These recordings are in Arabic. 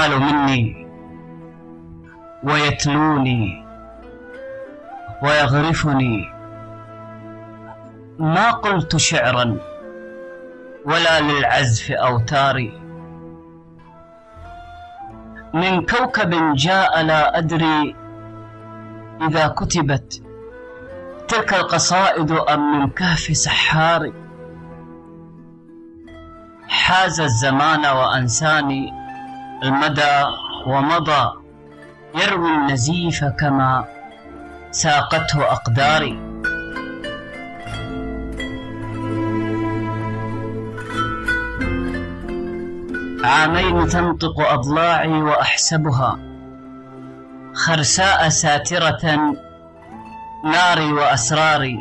ينال مني ويتلوني ويغرفني. ما قلت شعرا ولا للعزف أوتاري، من كوكب جاء لا أدري إذا كتبت تلك القصائد أم من كهف سحاري. حاز الزمان وأنساني المدى ومضى، يروي النزيف كما ساقته أقداري. عامين تنطق أضلاعي وأحسبها خرساء ساترة ناري وأسراري.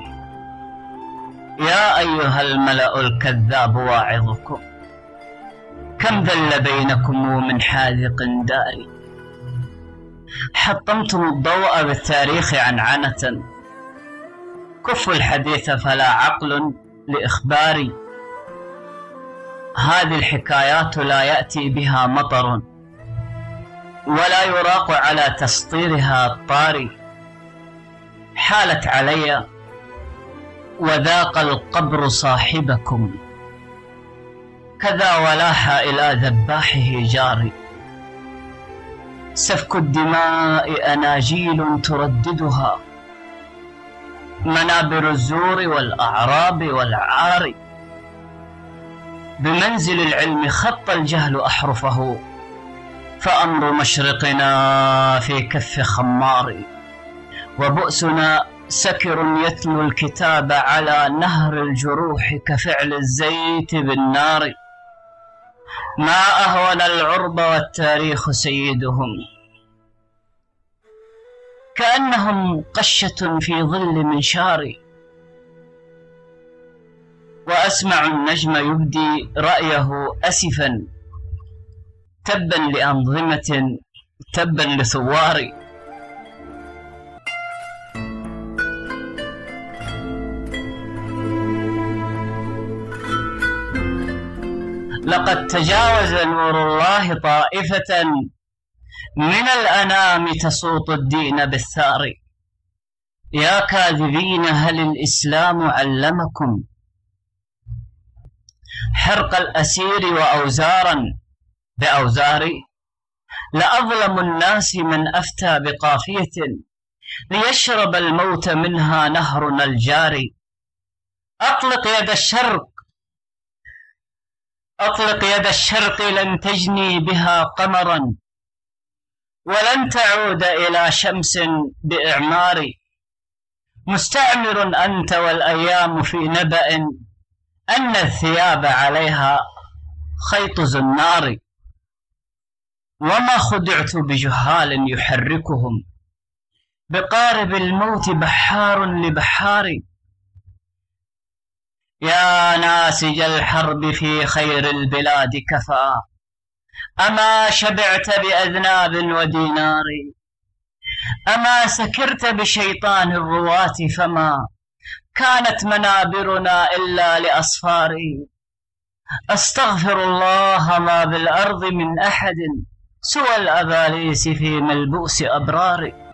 يا أيها الملأ الكذاب واعظكم، كم ذل بينكم من حاذق داري. حطمتم الضوء بالتاريخ عنعنة، كفوا الحديث فلا عقل لإخباري. هذه الحكايات لا يأتي بها مطر ولا يراق على تسطيرها الطاري. حالت علي وذاق القبر صاحبكم، كذا ولاح إلى ذباحه جاري. سفك الدماء أناجيل ترددها، منابر الزور والأعراب والعار. بمنزل العلم خط الجهل أحرفه، فأمر مشرقنا في كف خمار. وبؤسنا سكر يتلو الكتاب على نهر الجروح، كفعل الزيت بالنار. ما أهون العرب والتاريخ سيدهم، كأنهم قشة في ظل منشار. وأسمع النجم يبدي رأيه أسفا، تبا لأنظمة تبا لثوار. لقد تجاوز نور الله طائفة من الأنام تسوط الدين بالثار. يا كاذبين هل الإسلام علمكم حرق الأسير وأوزارا بأوزار؟ لأظلم الناس من أفتى بقافية ليشرب الموت منها نهرنا الجاري. أطلق يد الشرق، أطلق يد الشرق، لن تجني بها قمرا ولن تعود إلى شمس بإعمار. مستعمر أنت والأيام في نبأ، أن الثياب عليها خيط زنار. وما خدعت بجهال يحركهم، بقارب الموت بحار لبحار. يا ناسج الحرب في خير البلاد كفى، أما شبعت بأذناب ودينار؟ أما سكرت بشيطان الرواة، فما كانت منابرنا إلا لأصفار. أستغفر الله ما بالأرض من أحد سوى الأباليس في ملبوس أبرار.